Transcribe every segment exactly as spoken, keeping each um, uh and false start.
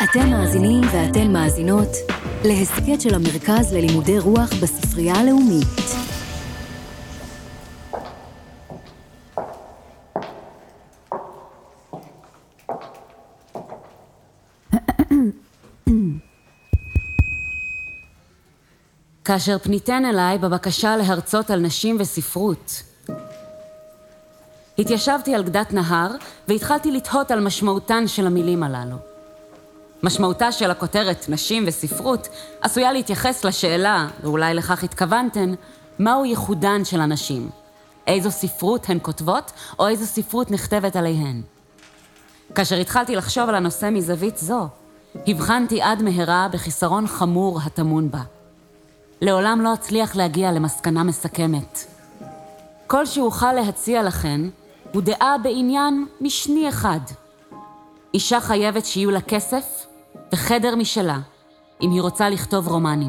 אתם מאזינים ואתן מאזינות להסכת של המרכז ללימודי רוח בספרייה הלאומית. כאשר פניתן אליי בבקשה להרצות על נשים וספרות, התיישבתי על גדת נהר והתחלתי לתהות על משמעותן של המילים הללו. משמעותה של הכותרת נשים וספרות עשויה להתייחס לשאלה, ואולי לכך התכוונתן, מהו ייחודן של הנשים? איזו ספרות הן כותבות או איזו ספרות נכתבת עליהן? כאשר התחלתי לחשוב על הנושא מזווית זו, הבחנתי עד מהרה בחיסרון חמור הטמון בה. לעולם לא אצליח להגיע למסקנה מסכמת. כל שאוכל להציע לכן הוא דעה בעניין משני אחד. אישה חייבת שיהיו לה כסף וחדר משלה, אם היא רוצה לכתוב רומנים.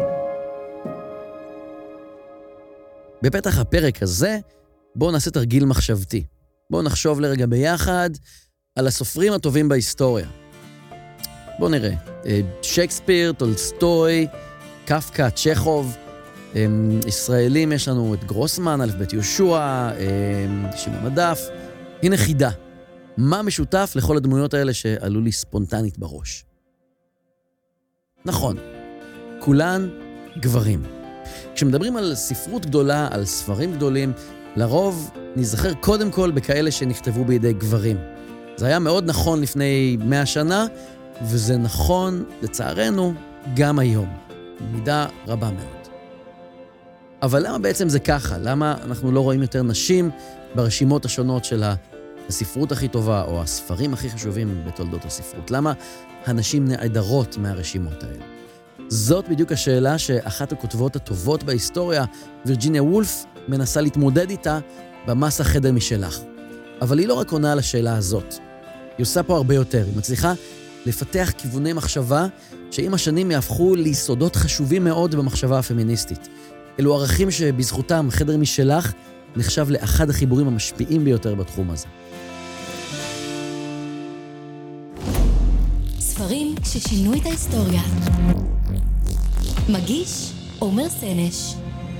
בפתח הפרק הזה, בואו נעשה תרגיל מחשבתי. בואו נחשוב לרגע ביחד על הסופרים הטובים בהיסטוריה. בואו נראה. שייקספיר, טולסטוי, קפקא, צ'כוב. ישראלים יש לנו את גרוסמן, א' ב' יהושע, שמעון הדף. הנה חידה. מה משותף לכל הדמויות האלה שעלו לי ספונטנית בראש? נכון, כולן גברים. כשמדברים על ספרות גדולה, על ספרים גדולים, לרוב נזכר קודם כל בכאלה שנכתבו בידי גברים. זה היה מאוד נכון לפני מאה שנה, וזה נכון, לצערנו, גם היום. במידה רבה מאוד. אבל למה בעצם זה ככה? למה אנחנו לא רואים יותר נשים ברשימות השונות של הספרות הכי טובה, או הספרים הכי חשובים בתולדות הספרות? למה הנשים נעדרות מהרשימות האלה? זאת בדיוק השאלה שאחת הכותבות הטובות בהיסטוריה, וירג'יניה וולף, מנסה להתמודד איתה במסע חדר משלך. אבל היא לא רק עונה על השאלה הזאת. היא עושה פה הרבה יותר. היא מצליחה לפתח כיווני מחשבה שעם השנים יהפכו ליסודות חשובים מאוד במחשבה הפמיניסטית. אלו ערכים שבזכותם חדר משלך נחשב לאחד החיבורים המשפיעים ביותר בתחום הזה. ספרים ששינו את ההיסטוריה. מגיש עומר סנש.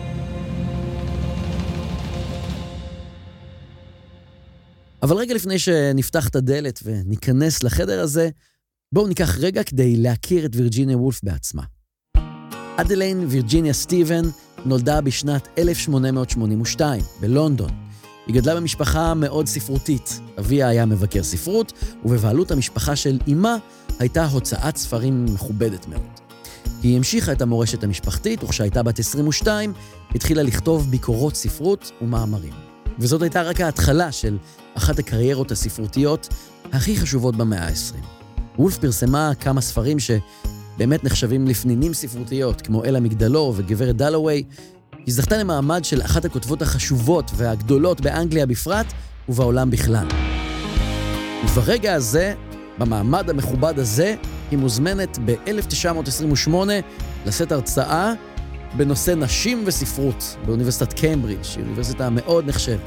אבל רגע לפני שנפתח את הדלת וניכנס לחדר הזה, בואו ניקח רגע כדי להכיר את וירג'יניה וולף בעצמה. אדליין וירג'יניה סטיבן נולדה בשנת אלף שמונה מאות שמונים ושתיים בלונדון. היא גדלה במשפחה מאוד ספרותית. אביה היה מבקר ספרות, ובבעלות המשפחה של אמה הייתה הוצאת ספרים מכובדת מאוד. היא המשיכה את המורשת המשפחתית, וכשהייתה בת עשרים ושתיים, התחילה לכתוב ביקורות ספרות ומאמרים. וזאת הייתה רק ההתחלה של אחת הקריירות הספרותיות הכי חשובות במאה ה-עשרים. וולף פרסמה כמה ספרים שבאמת נחשבים לפנינים ספרותיות, כמו אל המגדלור וגברת דלווי. היא זכתה למעמד של אחת הכותבות החשובות והגדולות באנגליה בפרט ובעולם בכלל. וברגע הזה, במעמד המכובד הזה, היא מוזמנת ב-אלף תשע מאות עשרים ושמונה לשאת הרצאה בנושא נשים וספרות באוניברסיטת קיימברידג', שהיא אוניברסיטה מאוד נחשבת.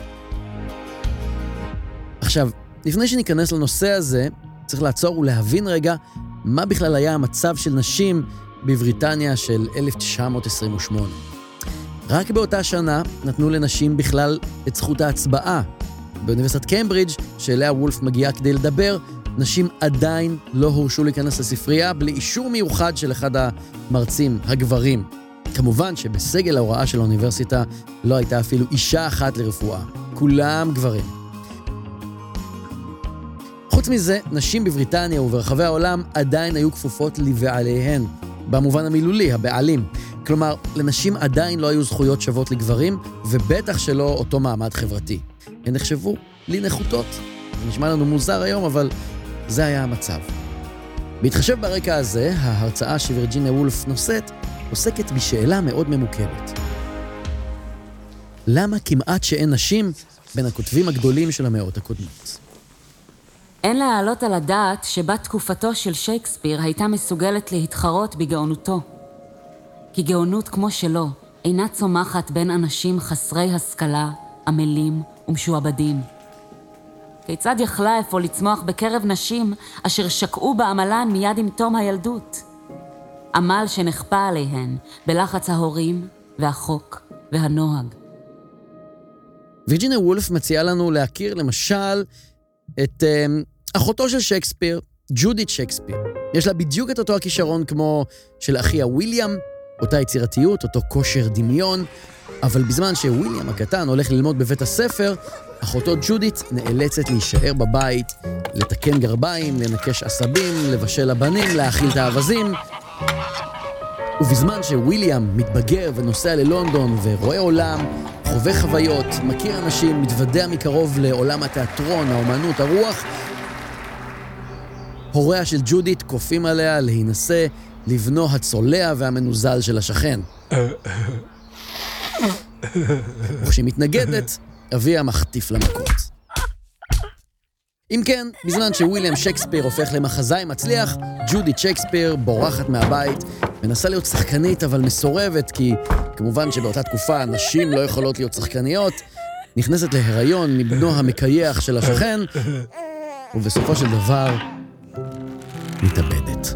עכשיו, לפני שניכנס לנושא הזה, צריך לעצור ולהבין רגע מה בכלל היה המצב של נשים בבריטניה של אלף תשע מאות עשרים ושמונה. רק באותה שנה נתנו לנשים בכלל את זכות ההצבעה. באוניברסיטת קיימברידג' שאליה וולף מגיעה כדי לדבר, נשים עדיין לא הורשו להיכנס לספרייה בלי אישור מיוחד של אחד המרצים, הגברים. כמובן שבסגל ההוראה של האוניברסיטה לא הייתה אפילו אישה אחת לרפואה. כולם גברים. חוץ מזה, נשים בבריטניה וברחבי העולם עדיין היו כפופות לבעליהן, במובן המילולי, הבעלים. כלומר, לנשים עדיין לא היו זכויות שוות לגברים, ובטח שלא אותו מעמד חברתי. הן נחשבו לנחותות. זה נשמע לנו מוזר היום, אבל זה היה המצב. בהתחשב ברקע הזה, ההרצאה שווירג'יניה וולף נושאת, עוסקת בשאלה מאוד ממוקדת. למה כמעט שאין נשים בין הכותבים הגדולים של המאות הקודמות? אין להעלות על הדעת שבת תקופתו של שייקספיר הייתה מסוגלת להתחרות בגאונותו. כי גאונות כמו שלו אינה צומחת בין אנשים חסרי השכלה, עמלים ומשועבדים. כיצד יכלה אפוא לצמוח בקרב נשים אשר שקעו בעמלן מיד עם תום הילדות? עמל שנכפה עליהן בלחץ ההורים והחוק והנוהג. וירג'יניה וולף מציעה לנו להכיר למשל את um, אחותו של שייקספיר, ג'ודית שייקספיר. יש לה בדיוק את אותו הכישרון כמו של אחיה וויליאם, אותה יצירתיות, אותו כושר דמיון, אבל בזמן שוויליאם הקטן הולך ללמוד בבית הספר, אחותו ג'ודית נאלצת להישאר בבית, לתקן גרביים, לנקש עשבים, לבשל לבנים, להאכיל את האווזים. ובזמן שוויליאם מתבגר ונוסע ללונדון ורואה עולם, חווה חוויות, מכיר אנשים, מתוודע מקרוב לעולם התיאטרון, האומנות, הרוח, הוריה של ג'ודית כופים עליה להינשא לבנו הצולע והמנוזל של השכן. וכשהיא מתנגדת, אביה מחטיף למכות. אם כן, בזמן שוויליאם שייקספיר הופך למחזאי מצליח, ג'ודית שייקספיר בורחת מהבית, מנסה להיות שחקנית אבל מסורבת, כי כמובן שבאותה תקופה נשים לא יכולות להיות שחקניות, נכנסת להיריון מבנו המקייח של השכן, ובסופו של דבר מתאבדת.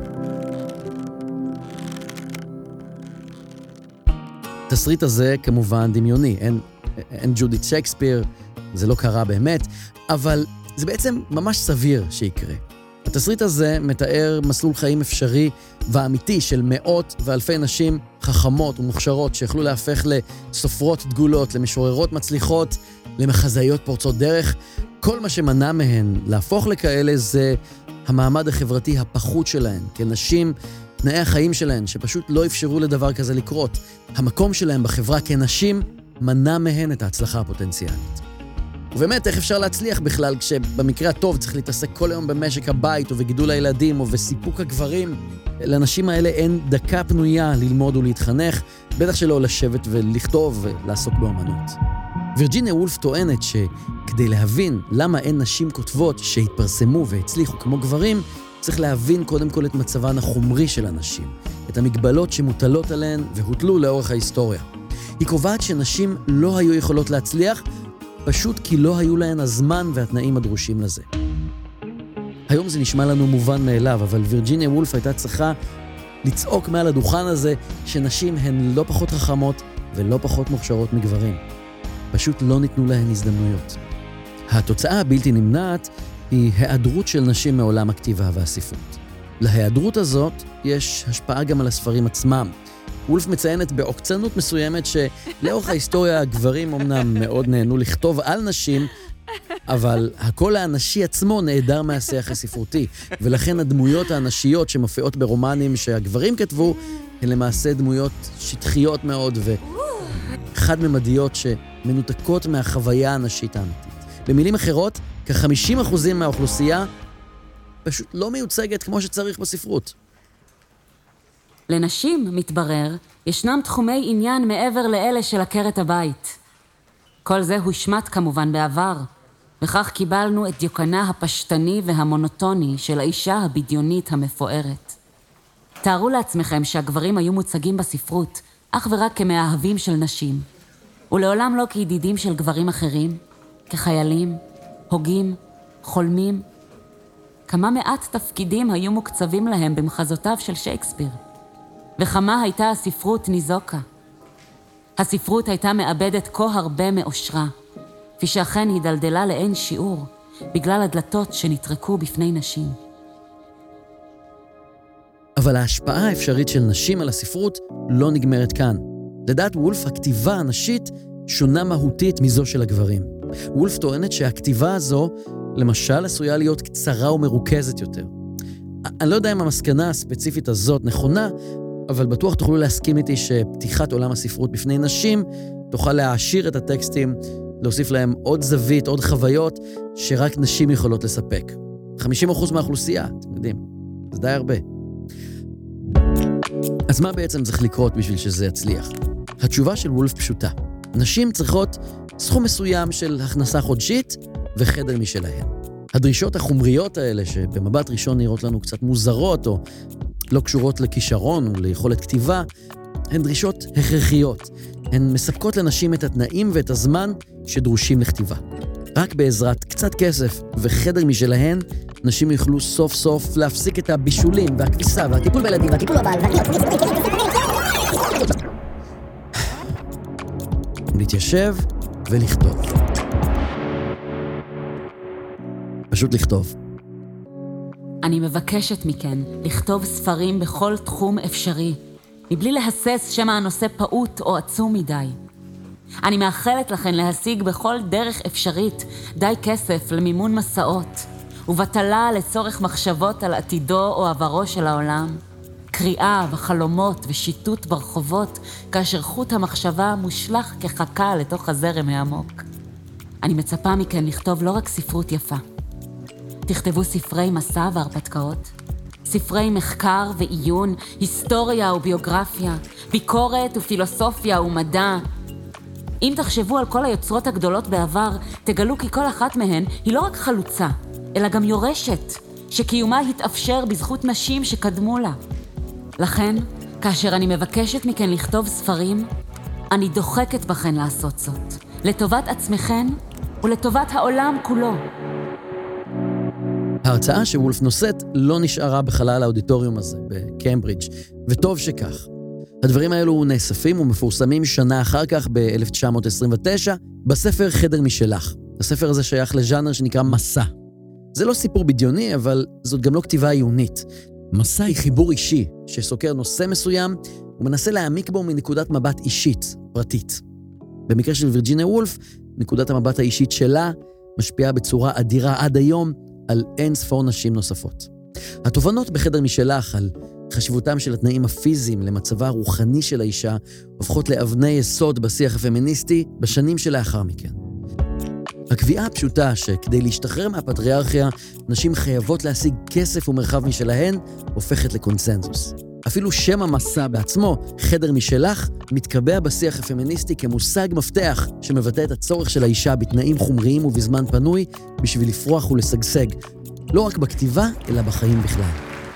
התסריט הזה כמובן דמיוני, אין, אין ג'ודית שייקספיר, זה לא קרה באמת, אבל זה בעצם ממש סביר שיקרה. התסריט הזה מתאר מסלול חיים אפשרי ואמיתי של מאות ואלפי נשים חכמות ומוכשרות שיכלו להפך לסופרות דגולות, למשוררות מצליחות, למחזאיות פורצות דרך. כל מה שמנע מהן להפוך לכאלה זה המעמד החברתי הפחות שלהן, כנשים, תנאי החיים שלהן שפשוט לא אפשרו לדבר כזה לקרות. המקום שלהן בחברה כנשים מנע מהן את ההצלחה הפוטנציאלית. ובאמת, איך אפשר להצליח בכלל כשבמקרה הטוב צריך להתעסק כל היום במשק הבית ובגידול הילדים ובסיפוק הגברים? לנשים האלה אין דקה פנויה ללמוד ולהתחנך, בטח שלא לשבת ולכתוב ולעסוק באמנות. וירג'יניה וולף טוענת שכדי להבין למה אין נשים כותבות שהתפרסמו והצליחו כמו גברים, צריך להבין קודם כל את מצבן החומרי של הנשים, את המגבלות שמוטלות עליהן והוטלו לאורך ההיסטוריה. היא קובעת שנשים לא היו יכולות להצליח, פשוט כי לא היו להן הזמן והתנאים הדרושים לזה. היום זה נשמע לנו מובן מאליו, אבל וירג'יניה וולף הייתה צריכה לצעוק מעל הדוכן הזה שנשים הן לא פחות חכמות ולא פחות מוכשרות מגברים. פשוט לא ניתנו להן הזדמנויות. התוצאה הבלתי נמנעת היא היעדרות של נשים מעולם הכתיבה והספרות. להיעדרות הזאת יש השפעה גם על הספרים עצמם. וולף מציינת בעוקצנות מסוימת שלאורך ההיסטוריה הגברים אמנם מאוד נהנו לכתוב על נשים, אבל הקול האנשי עצמו נעדר מהשיח הספרותי, ולכן הדמויות האנשיות שמופיעות ברומנים שהגברים כתבו, הן למעשה דמויות שטחיות מאוד וחד-ממדיות שמנותקות מהחוויה האנשית האמיתית. במילים אחרות, כ-חמישים אחוז מהאוכלוסייה פשוט לא מיוצגת כמו שצריך בספרות. לנשים, מתברר, ישנם תחומי עניין מעבר לאלה של עקרת הבית. כל זה הושמט כמובן בעבר, וכך קיבלנו את דיוקנה הפשטני והמונוטוני של האישה הבדיונית המפוארת. תארו לעצמכם שהגברים היו מוצגים בספרות אך ורק כמאהבים של נשים, ולעולם לא כידידים של גברים אחרים, כחיילים, הוגים, חולמים. כמה מעט תפקידים היו מוקצבים להם במחזותיו של שייקספיר. וכמה הייתה הספרות ניזוקה. הספרות הייתה מאבדת כה הרבה מאושרה, כפי שאכן היא דלדלה לאין שיעור, בגלל הדלתות שנטרקו בפני נשים. אבל ההשפעה האפשרית של נשים על הספרות לא נגמרת כאן. לדעת וולף, הכתיבה הנשית שונה מהותית מזו של הגברים. וולף טוענת שהכתיבה הזו, למשל, עשויה להיות קצרה ומרוכזת יותר. אני לא יודע אם המסקנה הספציפית הזאת נכונה, אבל בטוח תוכלו להסכים איתי שפתיחת עולם הספרות בפני נשים תוכל להעשיר את הטקסטים, להוסיף להם עוד זווית, עוד חוויות שרק נשים יכולות לספק. חמישים אחוז מהאוכלוסייה, אתם יודעים, זה די הרבה. אז מה בעצם צריך לקרות בשביל שזה יצליח? התשובה של וולף פשוטה. נשים צריכות סכום מסוים של הכנסה חודשית וחדר משלהן. הדרישות החומריות האלה, שבמבט ראשון נראות לנו קצת מוזרות או לא קשורות לכישרון או ליכולת כתיבה, הן דרישות הכרחיות. הן מספקות לנשים את התנאים ואת הזמן שדרושים לכתיבה. רק בעזרת קצת כסף וחדר משלהן, נשים יוכלו סוף סוף להפסיק את הבישולים והכביסה והטיפול בילדים והטיפול בבעל להתיישב ולכתוב. פשוט לכתוב. אני מבקשת מכן לכתוב ספרים בכל תחום אפשרי, מבלי להסס שמא הנושא פעוט או עצום מדי. אני מאחלת לכן להשיג בכל דרך אפשרית די כסף למימון מסעות, ובטלה לצורך מחשבות על עתידו או עברו של העולם, קריאה וחלומות ושיטוט ברחובות, כאשר חוט המחשבה מושלך כחכה לתוך הזרם העמוק. אני מצפה מכן לכתוב לא רק ספרות יפה. תכתבו ספרי מסע והרפתקאות, ספרי מחקר ועיון, היסטוריה וביוגרפיה, ביקורת ופילוסופיה ומדע. אם תחשבו על כל היוצרות הגדולות בעבר, תגלו כי כל אחת מהן היא לא רק חלוצה, אלא גם יורשת, שקיומה התאפשר בזכות נשים שקדמו לה. לכן, כאשר אני מבקשת מכן לכתוב ספרים, אני דוחקת בכן לעשות זאת, לטובת עצמכן ולטובת העולם כולו. ההרצאה שוולף נושאת לא נשארה בחלל האודיטוריום הזה, בקמברידג', וטוב שכך. הדברים האלו נאספים ומפורסמים שנה אחר כך, ב-אלף תשע מאות עשרים ותשע, בספר חדר משלך. הספר הזה שייך לז'אנר שנקרא מסע. זה לא סיפור בדיוני, אבל זאת גם לא כתיבה עיונית. מסע היא חיבור אישי, שסוקר נושא מסוים, ומנסה להעמיק בו מנקודת מבט אישית, פרטית. במקרה של וירג'יניה וולף, נקודת המבט האישית שלה משפיעה בצורה אדירה עד היום על אין ספור נשים נוספות. התובנות בחדר משלך על חשיבותם של התנאים הפיזיים למצבה הרוחני של האישה הופכות לאבני יסוד בשיח הפמיניסטי בשנים שלאחר מכן. הקביעה הפשוטה שכדי להשתחרר מהפטריארכיה, נשים חייבות להשיג כסף ומרחב משלהן, הופכת לקונסנזוס. אפילו שם המסע בעצמו, חדר משלך, מתקבע בשיח הפמיניסטי כמושג מפתח שמבטא את הצורך של האישה בתנאים חומריים ובזמן פנוי בשביל לפרוח ולסגסג, לא רק בכתיבה, אלא בחיים בכלל.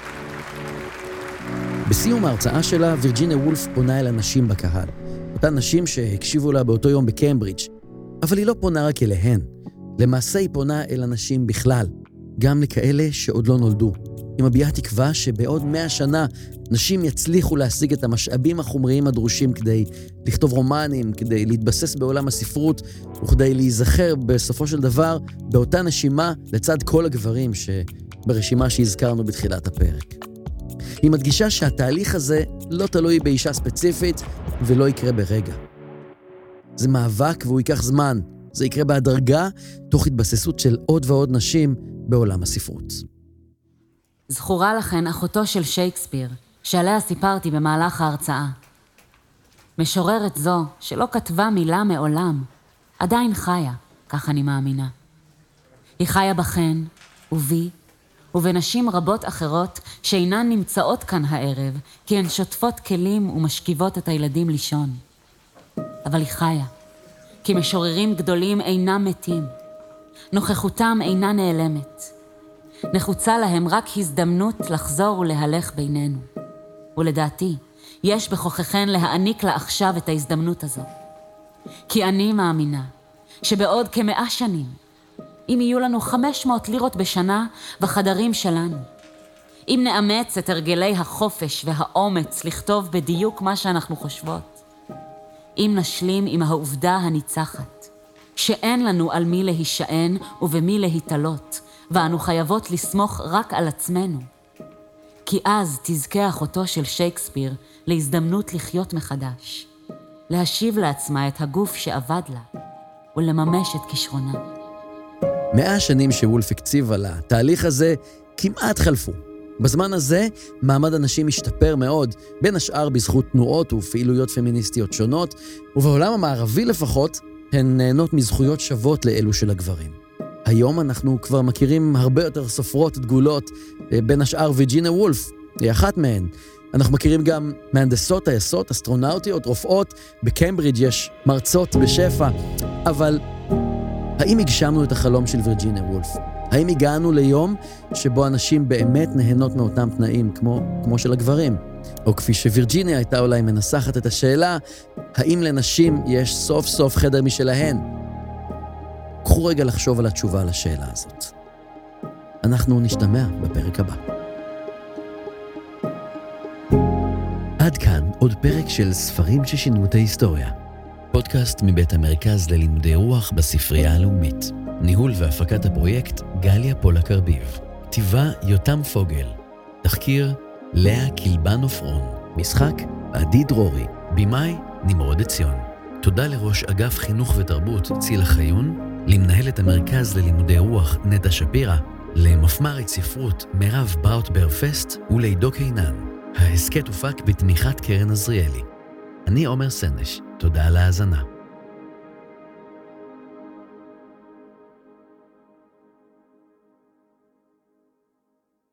בסיום ההרצאה שלה, וירג'יניה וולף פונה אל הנשים בקהל. אותן נשים שהקשיבו לה באותו יום בקמברידג', אבל היא לא פונה רק אליהן. למעשה היא פונה אל הנשים בכלל, גם לכאלה שעוד לא נולדו. היא מביעה תקווה שבעוד מאה שנה נשים יצליחו להשיג את המשאבים החומריים הדרושים כדי לכתוב רומנים, כדי להתבסס בעולם הספרות, וכדי להיזכר בסופו של דבר באותה נשימה לצד כל הגברים שברשימה שהזכרנו בתחילת הפרק. היא מדגישה שהתהליך הזה לא תלוי באישה ספציפית ולא יקרה ברגע. זה מאבק והוא ייקח זמן. זה יקרה בהדרגה תוך התבססות של עוד ועוד נשים בעולם הספרות. זכורה לכן אחותו של שייקספיר, שעליה סיפרתי במהלך ההרצאה. משוררת זו, שלא כתבה מילה מעולם, עדיין חיה, כך אני מאמינה. היא חיה בכן, ובי, ובנשים רבות אחרות שאינן נמצאות כאן הערב, כי הן שוטפות כלים ומשכיבות את הילדים לישון. אבל היא חיה, כי משוררים גדולים אינם מתים. נוכחותם אינה נעלמת. נחוצה להם רק הזדמנות לחזור ולהלך בינינו. ולדעתי, יש בכוחכן להעניק לה עכשיו את ההזדמנות הזו. כי אני מאמינה שבעוד כמאה שנים, אם יהיו לנו חמש מאות לירות בשנה בחדרים שלנו, אם נאמץ את הרגלי החופש והאומץ לכתוב בדיוק מה שאנחנו חושבות, אם נשלים עם העובדה הניצחת, שאין לנו על מי להישען ובמי להתעלות, ואנו חייבות לסמוך רק על עצמנו, כי אז תזכה אחותו של שייקספיר להזדמנות לחיות מחדש, להשיב לעצמה את הגוף שאבד לה, ולממש את כישרונה. מאה שנים שוולף הקציב על התהליך הזה כמעט חלפו. בזמן הזה מעמד הנשים השתפר מאוד, בין השאר בזכות תנועות ופעילויות פמיניסטיות שונות, ובעולם המערבי לפחות, הן נהנות מזכויות שוות לאלו של הגברים. היום אנחנו כבר מכירים הרבה יותר סופרות דגולות, בין השאר וירג'יניה וולף, היא אחת מהן. אנחנו מכירים גם מהנדסות, טייסות, אסטרונאוטיות, רופאות, בקמברידג' יש מרצות בשפע, אבל האם הגשמנו את החלום של וירג'יניה וולף? האם הגענו ליום שבו אנשים באמת נהנות מאותם תנאים כמו, כמו של הגברים? או כפי שווירג'יניה הייתה אולי מנסחת את השאלה, האם לנשים יש סוף סוף חדר משלהן? קחו קחו רגע לחשוב על התשובה לשאלה הזאת. אנחנו נשתמע בפרק הבא. עד כאן עוד פרק של ספרים ששינו את ההיסטוריה. פודקאסט מבית המרכז ללימודי רוח בספרייה הלאומית. ניהול והפקת הפרויקט גליה פולק ארביב. כתיבה יותם פוגל. תחקיר לאה קילבן עופרון. משחק עדי דרורי. בימאי נמרוד עציון. תודה לראש אגף חינוך ותרבות צילה חיון, למנהלת המרכז ללימודי רוח נטע שפירא, למפמ"רית ספרות מירב בראוטבר פסט ולעידו קינן. ההסכת הופק בתמיכת קרן עזריאלי. אני עומר סנש, תודה על ההאזנה.